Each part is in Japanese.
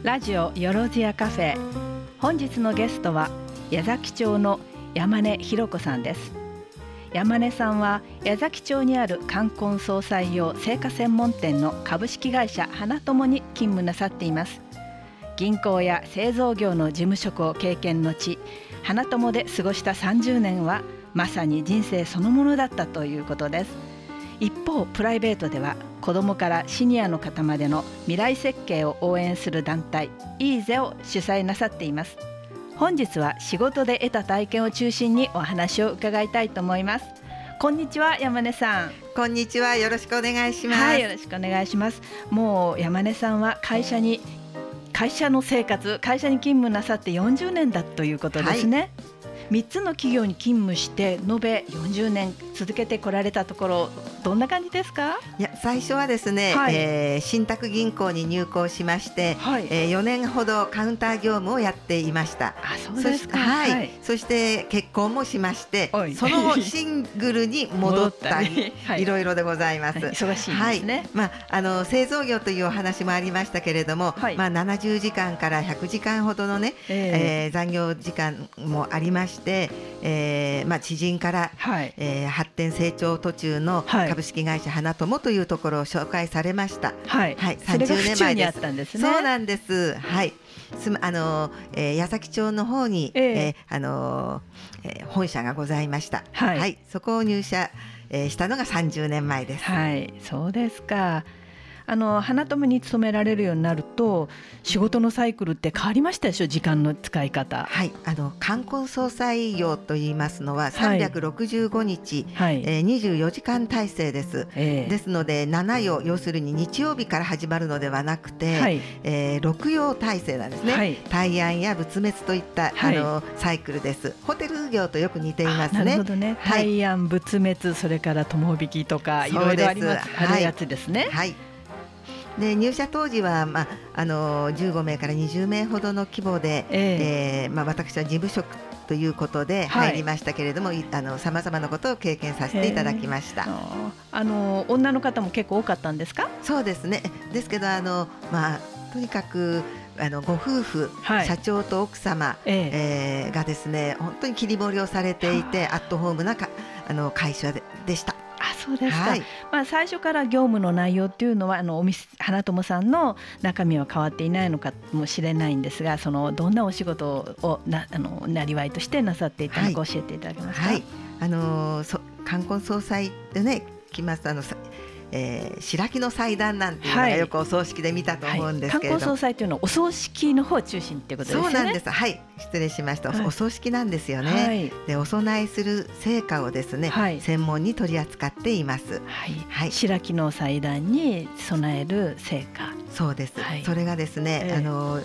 ラジオよろずやカフェ、本日のゲストは矢崎町の山根弘子さんです。山根さんは矢崎町にある冠婚葬祭用製菓専門店の株式会社花友に勤務なさっています。銀行や製造業の事務職を経験のち、花友で過ごした30年はまさに人生そのものだったということです。一方プライベートでは子どもからシニアの方までの未来設計を応援する団体イーゼを主催なさっています。本日は仕事で得た体験を中心にお話を伺いたいと思います。こんにちは、山根さん。 こんにちは、よろしくお願いします。 はい、よろしくお願いします。もう山根さんは会社の生活、会社に勤務なさって40年だということですね。3つの企業に勤務して延べ40年続けてこられたところ、どんな感じですか？ いや、最初はですね、信託銀行に入行しまして、4年ほどカウンター業務をやっていました。 あ、そうですか。 そして結婚もしまして、そのシングルに戻ったりいろいろでございます。 忙しいですね。 製造業というお話もありましたけれども、70時間から100時間ほどのね、残業時間もありまして、知人から、発展成長途中の株式会社花友というところを紹介されました。 30年前にあったんですね。 そうなんです。矢崎町の方に、本社がございました。そこを入社、したのが30年前です。 そうですか。花友に勤められるようになると仕事のサイクルって変わりましたでしょ？時間の使い方。 冠婚葬祭業といいますのは365日、24時間体制です。ですので7曜、要するに日曜日から始まるのではなくて、6曜体制なんですね。大安や仏滅といった、サイクルです。ホテル業とよく似ていますね。 なるほどね。大安、仏滅、それから友引きとかいろいろあるやつですね。 で、入社当時は、15名から20名ほどの規模で、私は事務職ということで入りましたけれども、さまざまなことを経験させていただきました。 女の方も結構多かったんですか？ そうですね。ですけどとにかくご夫婦、社長と奥様、がですね、本当に切り盛りをされていてアットホームな会社でした。 そうですか。最初から業務の内容っていうのは花友さんの中身は変わっていないのかもしれないんですが、どんなお仕事をなりわいとしてなさっていたのか教えていただけますか？ 冠婚葬祭でね、来ます白木の祭壇なんていうのがよくお葬式で見たと思うんですけれど、 冠婚葬祭というのはお葬式の方中心っていうことですよね。 そうなんです。失礼しました。お葬式なんですよね。で、お供えする聖火をですね、専門に取り扱っています。 白木の祭壇に備える聖火。 そうです。それがですね、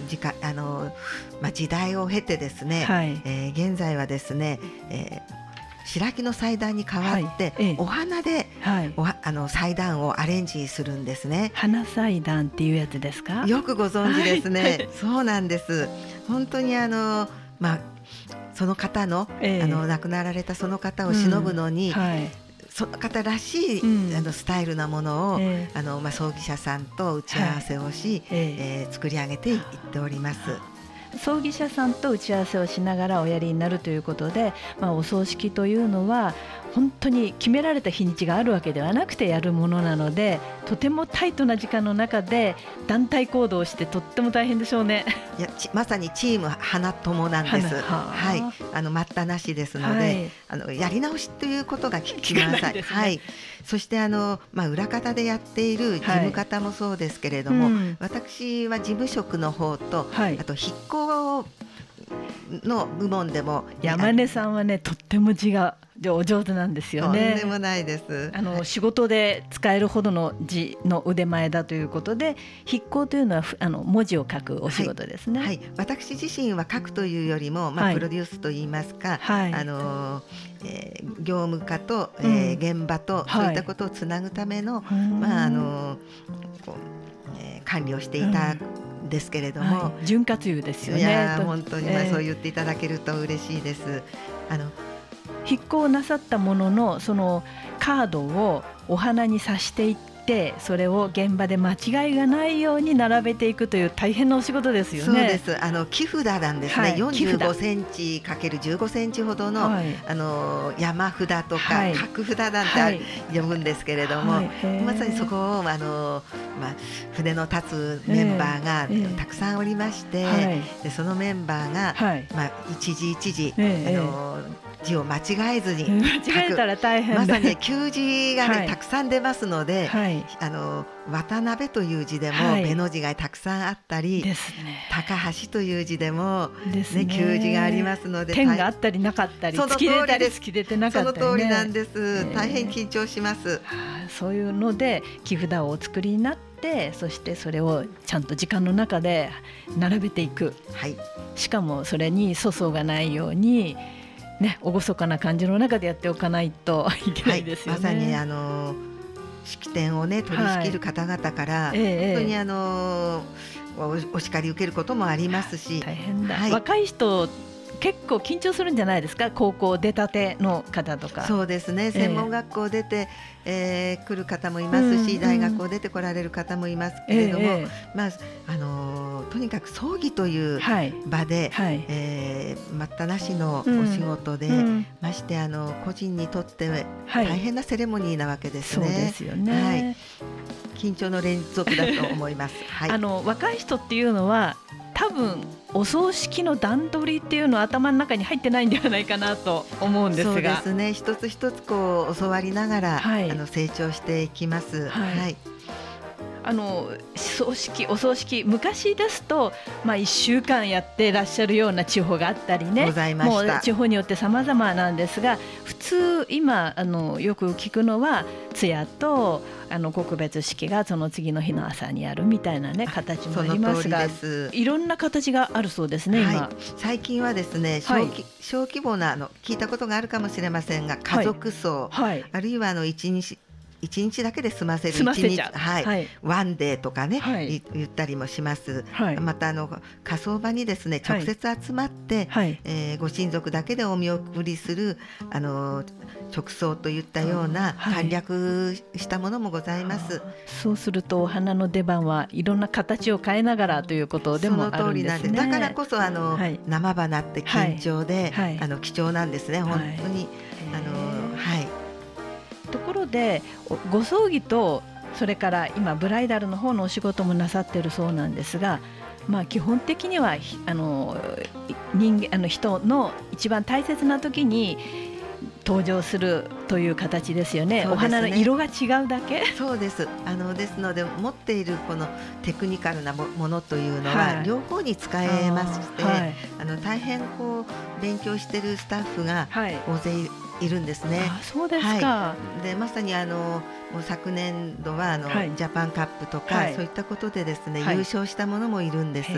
時代を経てですね、現在はですね、白木の祭壇に代わって、お花で、祭壇をアレンジするんですね。 花祭壇っていうやつですか？ よくご存知ですね。そうなんです。本当にその方の、亡くなられたその方を偲ぶのに、その方らしい、スタイルなものを、葬儀社さんと打ち合わせをし、作り上げていっております。 葬儀社さんと打ち合わせをしながらおやりになるということで、お葬式というのは本当に決められた日にちがあるわけではなくてやるものなので、とてもタイトな時間の中で団体行動をしてとっても大変でしょうね。 いや、まさにチーム花友なんです。待ったなしですので、やり直しということが聞きません。そして裏方でやっている事務方もそうですけれども、私は事務職の方と、あと筆行の部門でも、 山根さんはね、とっても字がお上手なんですよね。 とんでもないです。 仕事で使えるほどの字の腕前だということで、筆行というのは文字を書くお仕事ですね。 私自身は書くというよりも、プロデュースといいますか、業務課と、現場とそういったことをつなぐための、管理をしていたんですけれども、 潤滑油ですよね。 いや、本当にそう言っていただけると嬉しいです。 筆行なさったもののそのカードをお花に刺していって、それを現場で間違いがないように並べていくという大変なお仕事ですよね。 そうです。木札なんですね、45センチかける15センチほどの、山札とか角札なんて呼ぶんですけれども、まさにそこを筆の立つメンバーがたくさんおりまして、でそのメンバーが、一時一時、字を間違えずに間違えたら大変まさに旧字が、たくさん出ますので、渡辺という字でもべの字がたくさんあったり、高橋という字でも、旧字がありますので、 点があったりなかったり、突き出たり突き出てなかったり、 その通りなんです。大変緊張します。 そういうので木札をお作りになって、そしてそれをちゃんと時間の中で並べていく、しかもそれに粗相がないように厳かな感じの中でやっておかないといけないですよね。 まさに式典を取り仕切る方々から、本当にお叱り受けることもありますし、 大変だ、若い人結構緊張するんじゃないですか、高校出たての方とか。 そうですね、専門学校出て、来る方もいますし、大学を出て来られる方もいますけれども、とにかく葬儀という場で、待ったなしのお仕事で、まして個人にとって大変なセレモニーなわけですね。 そうですよね、 緊張の連続だと思います。 若い人っていうのは多分お葬式の段取りっていうのは頭の中に入ってないんではないかなと思うんですが。 そうですね、一つ一つ教わりながら、成長していきます。お葬式昔ですと、1週間やってらっしゃるような地方があったりね、もう地方によって様々なんですが、普通今よく聞くのは通夜と告別式がその次の日の朝にやるみたいな形もありますが、いろんな形があるそうですね。今最近はですね、小規模な聞いたことがあるかもしれませんが、家族葬、あるいは一日だけで済ませるワンデーとかね、言ったりもします。また火葬場にですね、直接集まって、ご親族だけでお見送りする直葬といったような簡略したものもございます。 そうするとお花の出番はいろんな形を変えながらということでもあるんですね。 だからこそ生花って緊張で、貴重なんですね、本当に。 ところでご葬儀と、それから今ブライダルの方のお仕事もなさっているそうなんですが、基本的には人の一番大切な時に登場するという形ですよね。お花の色が違うだけ。 そうです。ですので持っているこのテクニカルなものというのは両方に使えまして、大変勉強しているスタッフが大勢いるんですね。 そうですか。 でまさに昨年度はジャパンカップとか、そういったことでですね、優勝したものもいるんです。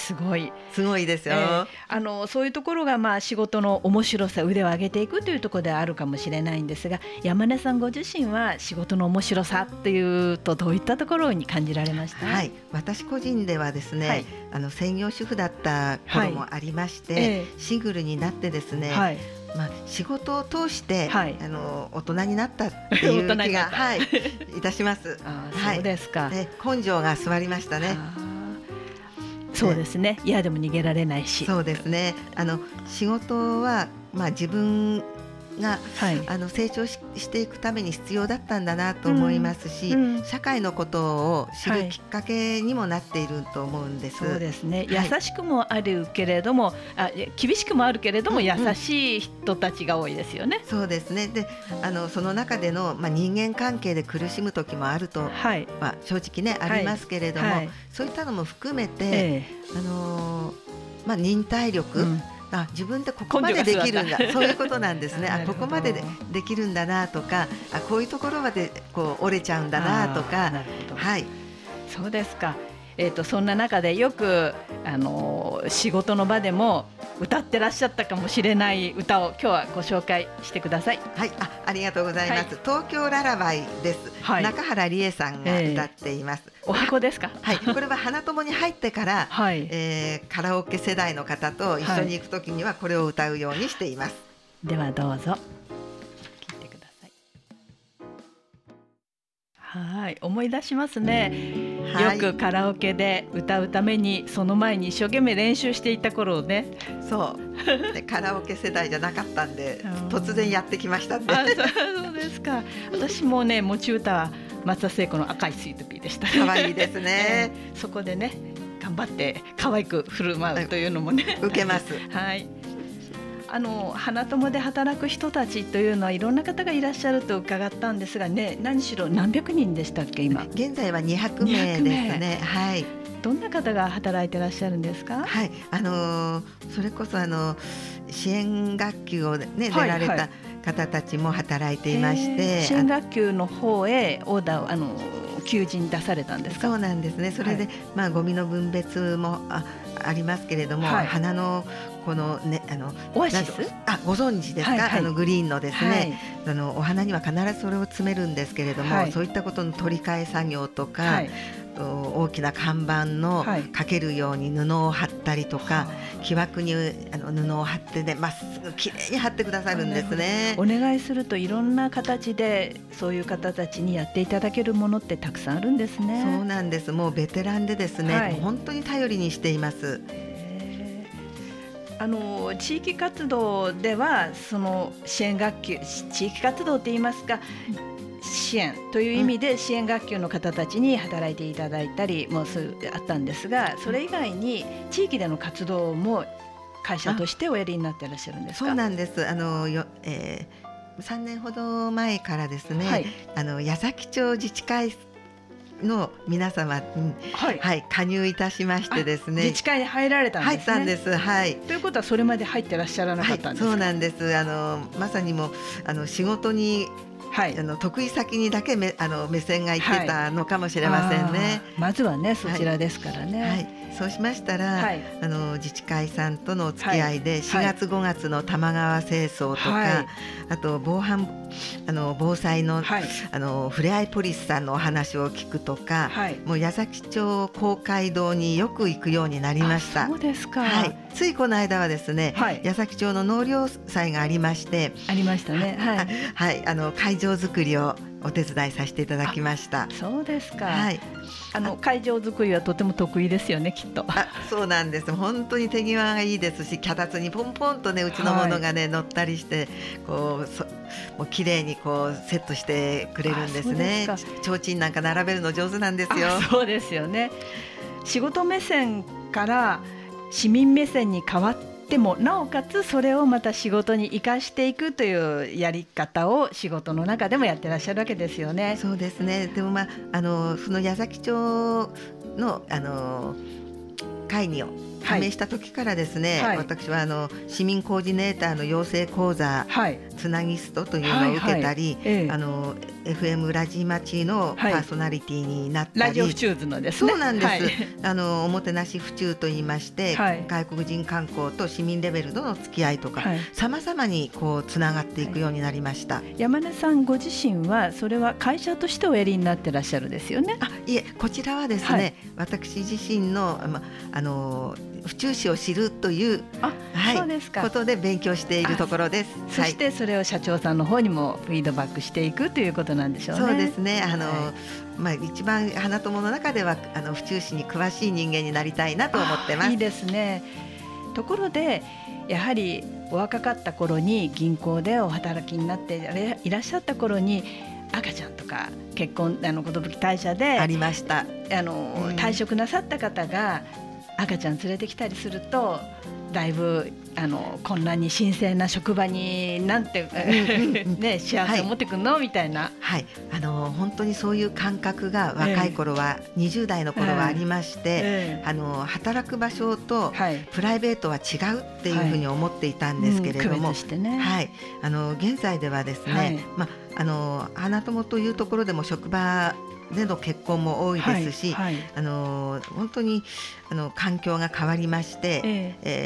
すごいですよ。 そういうところが仕事の面白さ、腕を上げていくというところであるかもしれないんですが、山根さんご自身は仕事の面白さっていうとどういったところに感じられました？ 私個人ではですね、専業主婦だった頃もありまして、シングルになってですね、仕事を通して、大人になったっていう気がいたします。 そうですか。 根性が座りましたね。 そうですね。嫌でも逃げられないし。 そうですね。仕事は自分が、成長していくために必要だったんだなと思いますし、社会のことを知るきっかけにもなっていると思うんです。 そうですね。優しくもあるけれども、厳しくもあるけれども、優しい人たちが多いですよね。 そうですね。でその中での、人間関係で苦しむ時もあると、正直ねありますけれども、そういったのも含めて、忍耐力、自分でここまでできるんだ、そういうことなんですね。ここまで できるんだなとか、こういうところまで折れちゃうんだなとか。 そうですか。そんな中でよく仕事の場でも歌ってらっしゃったかもしれない歌を今日はご紹介してください。 ありがとうございます。東京ララバイです。中原理恵さんが歌っています。 お箱ですか？ これは花友に入ってから、カラオケ世代の方と一緒に行くときにはこれを歌うようにしています。 ではどうぞ聴いてください。 はい、思い出しますね、 はい、 よくカラオケで歌うためにその前に一生懸命練習していた頃をね。 そうでカラオケ世代じゃなかったんで突然やってきましたんで。 そうですか。私もね、持ち歌は松田聖子の赤いスイートピーでした。 可愛いですねそこでね頑張って可愛く振る舞うというのもね、 受けます。 はい、花友で働く人たちというのはいろんな方がいらっしゃると伺ったんですがね、何しろ何百人でしたっけ今。 現在は200名ですね。はい。 どんな方が働いてらっしゃるんですか。 はい、それこそ支援学級をね、出られた方たちも働いていまして、 支援学級の方へオーダーを求人出されたんですか。 そうなんですね。それで、ゴミの分別もありますけれども、花のこのねオアシスご存知ですか、グリーンのですね、お花には必ずそれを詰めるんですけれども、そういったことの取り替え作業とか、大きな看板のかけるように布を貼ったりとか、木枠に布を貼ってね、まっすぐきれいに貼ってくださるんですね。 お願いするといろんな形でそういう方たちにやっていただけるものってたくさんあるんですね。 そうなんです。もうベテランでですね、本当に頼りにしています。 地域活動ではその支援学級、地域活動って言いますか、支援という意味で支援学級の方たちに働いていただいたりもあったんですが、それ以外に地域での活動も会社としておやりになっていらっしゃるんですか。 そうなんです。3年ほど前からですね、矢崎町自治会の皆様に、加入いたしましてですね、 自治会に入られたんですね。 入ったんです。はい。 ということはそれまで入ってらっしゃらなかったんですか。 そうなんです。まさにもう仕事に得意先にだけ目線がいってたのかもしれませんね。 まずはね、そちらですからね。 そうしましたら、自治会さんとのお付き合いで4月5月の玉川清掃とか、あと防災の、ふれあいポリスさんのお話を聞くとか、もう矢崎町公会堂によく行くようになりました。 そうですか。 ついこの間はですね、矢崎町の農業祭がありまして、 ありましたね。 会場作りをお手伝いさせていただきました。 そうですか。会場作りはとても得意ですよね、きっと。 そうなんです。本当に手際がいいですし、脚立にポンポンとね、うちのものがね、乗ったりして、もう綺麗にセットしてくれるんですね。提灯なんか並べるの上手なんですよ。 そうですよね。仕事目線から市民目線に変わっても、なおかつそれをまた仕事に生かしていくというやり方を仕事の中でもやってらっしゃるわけですよね。 そうですね。でもその矢崎町の会に加盟した時からですね、私は市民コーディネーターの養成講座、つなぎストというのを受けたり、FM ラジマチのパーソナリティになったり、 ラジオ府中図のですね。 そうなんです。おもてなし府中と言いまして、外国人観光と市民レベルとの付き合いとか、様々につながっていくようになりました。 山根さんご自身はそれは会社としておやりになってらっしゃるですよね。 いえ、こちらはですね、私自身の府中市を知るということで勉強しているところです。 そしてそれを社長さんの方にもフィードバックしていくということなんでしょうね。 そうですね。一番花友の中では府中市に詳しい人間になりたいなと思ってます。 いいですね。ところでやはりお若かった頃に銀行でお働きになっていらっしゃった頃に赤ちゃんとか結婚寿退社でありました。 退職なさった方が赤ちゃん連れてきたりすると、だいぶこんなに神聖な職場になんて幸せを持ってくんのみたいな、 本当にそういう感覚が若い頃は、20代の頃はありまして、働く場所とプライベートは違うっていうふうに思っていたんですけれども、現在ではですね、花友というところでも職場での結婚も多いですし、本当に環境が変わりまして、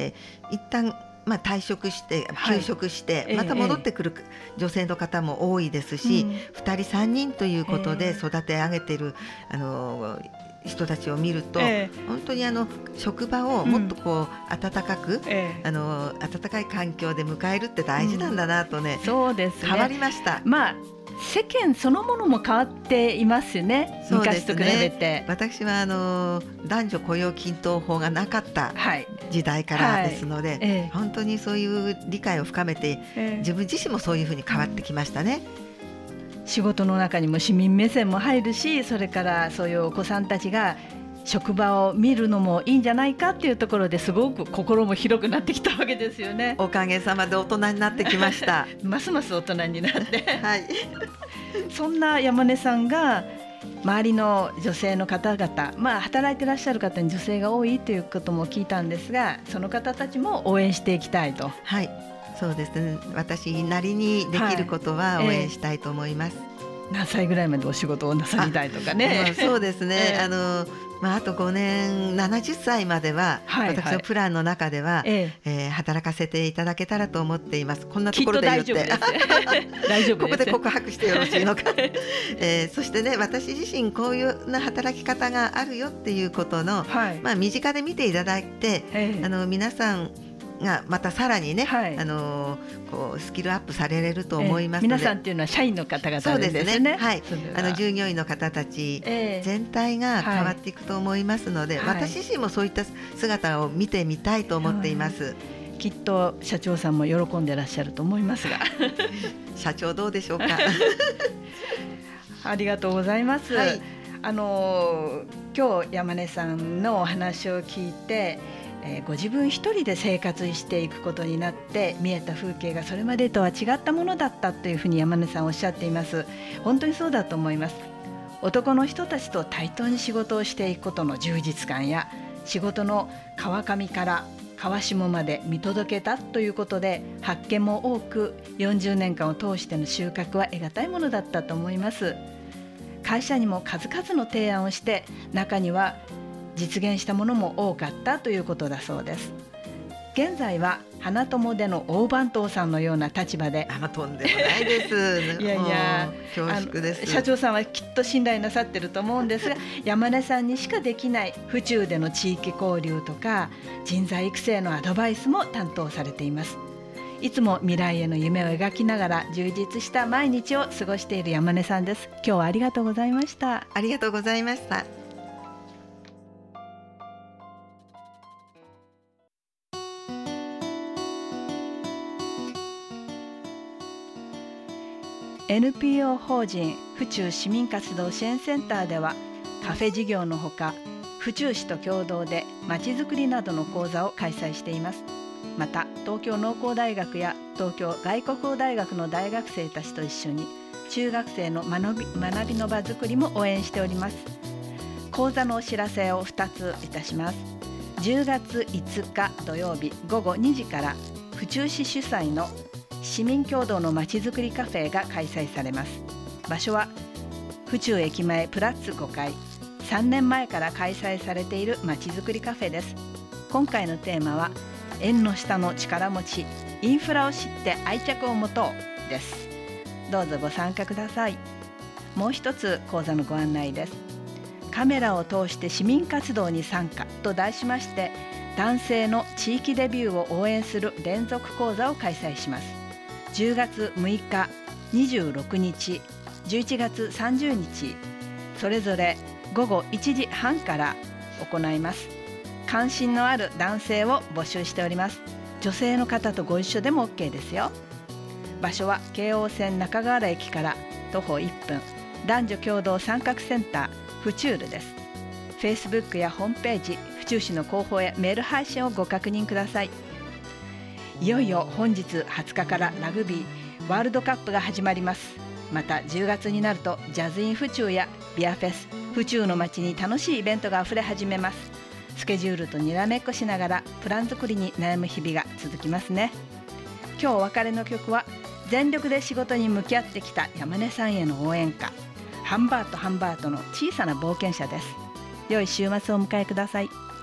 一旦退職して休職してまた戻ってくる女性の方も多いですし、2人3人ということで育て上げている人たちを見ると、本当に職場をもっと温かく、温かい環境で迎えるって大事なんだなとね、 そうですね、 変わりました。 世間そのものも変わっていますよね。昔と比べて。 私は男女雇用均等法がなかった時代からですので、本当にそういう理解を深めて、自分自身もそういうふうに変わってきましたね。 仕事の中にも市民目線も入るし、それからそういうお子さんたちが職場を見るのもいいんじゃないかっていうところですごく心も広くなってきたわけですよね。 おかげさまで大人になってきましたますます大人になってはい、 そんな山根さんが周りの女性の方々、働いてらっしゃる方に女性が多いということも聞いたんですが、その方たちも応援していきたいと。 はい、そうですね。私なりにできることは応援したいと思います。 何歳ぐらいまでお仕事をなさりたいとかね。 そうですね、あと5年70歳までは、私のプランの中では、働かせていただけたらと思っています。こんなところで言って大丈夫ですここで告白してよろしいのかそしてね、私自身こういうな働き方があるよっていうことの、身近で見ていただいて、皆さんがまたさらにね、こうスキルアップされると思いますので、 皆さんっていうのは社員の方々ですね。そうですね、 従業員の方たち全体が変わっていくと思いますので、私自身もそういった姿を見てみたいと思っています。 きっと社長さんも喜んでらっしゃると思いますが社長どうでしょうかありがとうございます。今日山根さんのお話を聞いて、ご自分一人で生活していくことになって見えた風景がそれまでとは違ったものだったというふうに山根さんおっしゃっています。本当にそうだと思います。男の人たちと対等に仕事をしていくことの充実感や、仕事の川上から川下まで見届けたということで発見も多く、40年間を通しての収穫は得難いものだったと思います。会社にも数々の提案をして、中には実現したものも多かったということだそうです。現在は花友での大番頭さんのような立場で、 とんでもないですいや恐縮です。 社長さんはきっと信頼なさってると思うんですが、山根さんにしかできない府中での地域交流とか人材育成のアドバイスも担当されています。いつも未来への夢を描きながら充実した毎日を過ごしている山根さんです。今日はありがとうございました。 ありがとうございました。 NPO 法人府中市民活動支援センターでは、カフェ事業のほか府中市と共同でまちづくりなどの講座を開催しています。また東京農工大学や東京外国語大学の大学生たちと一緒に中学生の学びの場づくりも応援しております。講座のお知らせを2ついたします。10月5日土曜日午後2時から府中市主催の市民共同のまちづくりカフェが開催されます。場所は府中駅前プラッツ5階、3年前から開催されているまちづくりカフェです。今回のテーマは縁の下の力持ち、インフラを知って愛着を持とうです。どうぞご参加ください。もう一つ講座のご案内です。カメラを通して市民活動に参加と題しまして、男性の地域デビューを応援する連続講座を開催します。10月6日、26日、11月30日、それぞれ午後1時半から行います。関心のある男性を募集しております。女性の方とご一緒でも OK ですよ。場所は京王線中川原駅から徒歩1分、男女共同参画センター府中ルです。 Facebook やホームページ、府中市の広報やメール配信をご確認ください。いよいよ本日20日からラグビーワールドカップが始まります。また10月になるとジャズイン府中やビアフェス、府中の街に楽しいイベントがあふれ始めます。スケジュールとにらめっこしながらプラン作りに悩む日々が続きますね。今日お別れの曲は全力で仕事に向き合ってきた山根さんへの応援歌、ハンバートの小さな冒険者です。良い週末をお迎えください。